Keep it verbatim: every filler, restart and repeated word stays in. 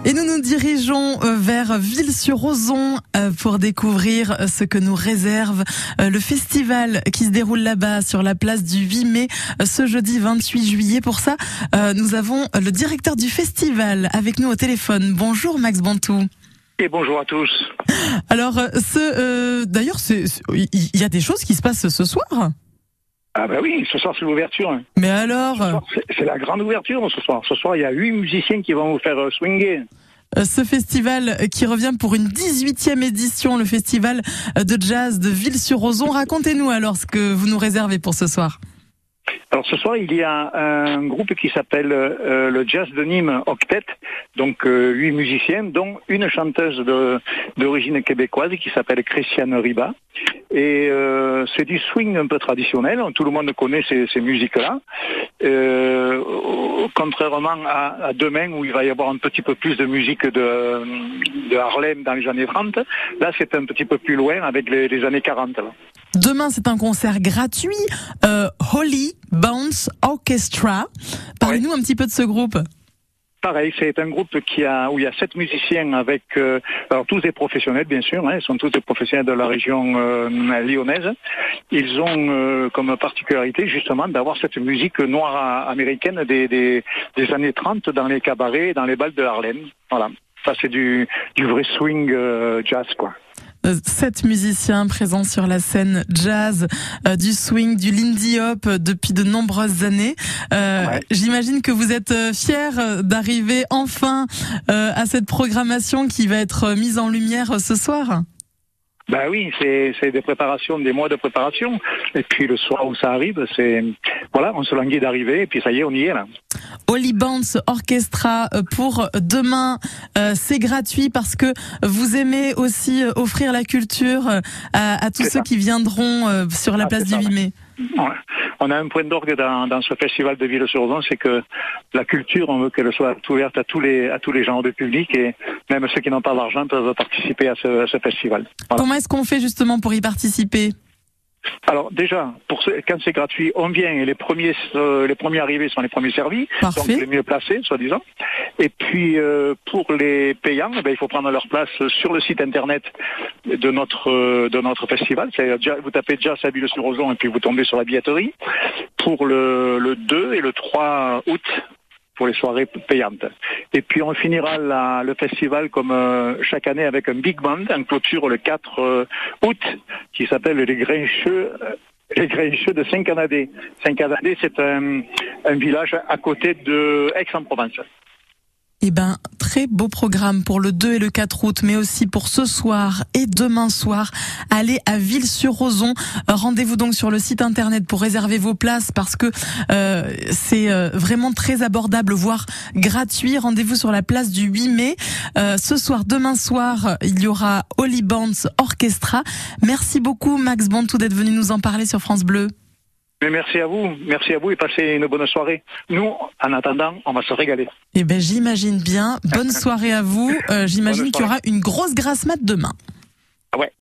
Et nous nous dirigeons vers Ville-sur-Ozon pour découvrir ce que nous réserve le festival qui se déroule là-bas sur la place du huit mai ce jeudi vingt-huit juillet. Pour ça, nous avons le directeur du festival avec nous au téléphone. Bonjour Max Bantou. Et bonjour à tous. Alors, ce, euh, d'ailleurs, il y a des choses qui se passent ce soir. Ah ben oui, ce soir c'est l'ouverture. Mais alors C'est la grande ouverture ce soir. Ce soir il y a huit musiciens qui vont vous faire swinger. Ce festival qui revient pour une dix-huitième édition, le festival de jazz de Ville-sur-Ozon. Racontez-nous alors ce que vous nous réservez pour ce soir. Alors ce soir, il y a un groupe qui s'appelle euh, le Jazz de Nîmes Octet, donc euh, huit musiciens, dont une chanteuse de, d'origine québécoise qui s'appelle Christiane Riba. Et euh, c'est du swing un peu traditionnel, tout le monde connaît ces, ces musiques-là. Euh, contrairement à, à demain où il va y avoir un petit peu plus de musique de, de Harlem dans les années trente, là c'est un petit peu plus loin avec les, les années quarante. Là. Demain, c'est un concert gratuit, euh, Holly Bounce Orchestra. Parlez-nous ouais. un petit peu de ce groupe. Pareil, c'est un groupe qui a où il y a sept musiciens avec euh, alors tous des professionnels bien sûr, hein, ils sont tous des professionnels de la région euh, lyonnaise. Ils ont euh, comme particularité justement d'avoir cette musique noire américaine des, des, des années trente dans les cabarets, dans les bals de Harlem. Voilà, ça c'est du, du vrai swing euh, jazz quoi. Sept musiciens présents sur la scène jazz, euh, du swing, du Lindy Hop euh, depuis de nombreuses années. Euh, ouais. J'imagine que vous êtes euh, fiers d'arriver enfin euh, à cette programmation qui va être mise en lumière euh, ce soir. Ben oui, c'est, c'est des préparations, des mois de préparation. Et puis le soir où ça arrive, c'est voilà, on se languit d'arriver et puis ça y est, on y est là. Holly Bounce Orchestra pour demain, euh, c'est gratuit parce que vous aimez aussi offrir la culture à, à tous c'est ceux ça. qui viendront euh, sur la ah, place du huit mai. Ouais. On a un point d'orgue dans, dans ce festival de Ville-sur-Ozon, c'est que la culture, on veut qu'elle soit ouverte à tous les à tous les genres de public et même ceux qui n'ont pas d'argent peuvent participer à ce, à ce festival. Voilà. Comment est-ce qu'on fait justement pour y participer ? Alors déjà, pour ceux, quand c'est gratuit, on vient et les premiers, euh, les premiers arrivés sont les premiers servis, Parfait. donc les mieux placés, soi-disant. Et puis euh, pour les payants, eh bien, il faut prendre leur place sur le site internet de notre euh, de notre festival. C'est, vous tapez Jazz à Ville-sur-Ozon et puis vous tombez sur la billetterie. Pour le, le deux et le trois août. Pour les soirées payantes. Et puis on finira la, le festival comme euh, chaque année avec un big band en clôture le quatre euh, août qui s'appelle les Grincheux, euh, les Grincheux de Saint-Canadé. Saint-Canadé, c'est un, un village à côté de Aix-en-Provence. Eh ben, très beau programme pour le deux et le quatre août, mais aussi pour ce soir et demain soir. Allez à Ville-sur-Ozon. Rendez-vous donc sur le site internet pour réserver vos places parce que euh, c'est euh, vraiment très abordable, voire gratuit. Rendez-vous sur la place du huit mai. Euh, ce soir, demain soir, il y aura Holly Bounce Orchestra. Merci beaucoup Max Bantou d'être venu nous en parler sur France Bleu. Mais merci à vous, merci à vous et passez une bonne soirée. Nous, en attendant, on va se régaler. Eh ben, j'imagine bien. Bonne soirée à vous. Euh, j'imagine qu'il y aura une grosse grasse mat demain. Ouais.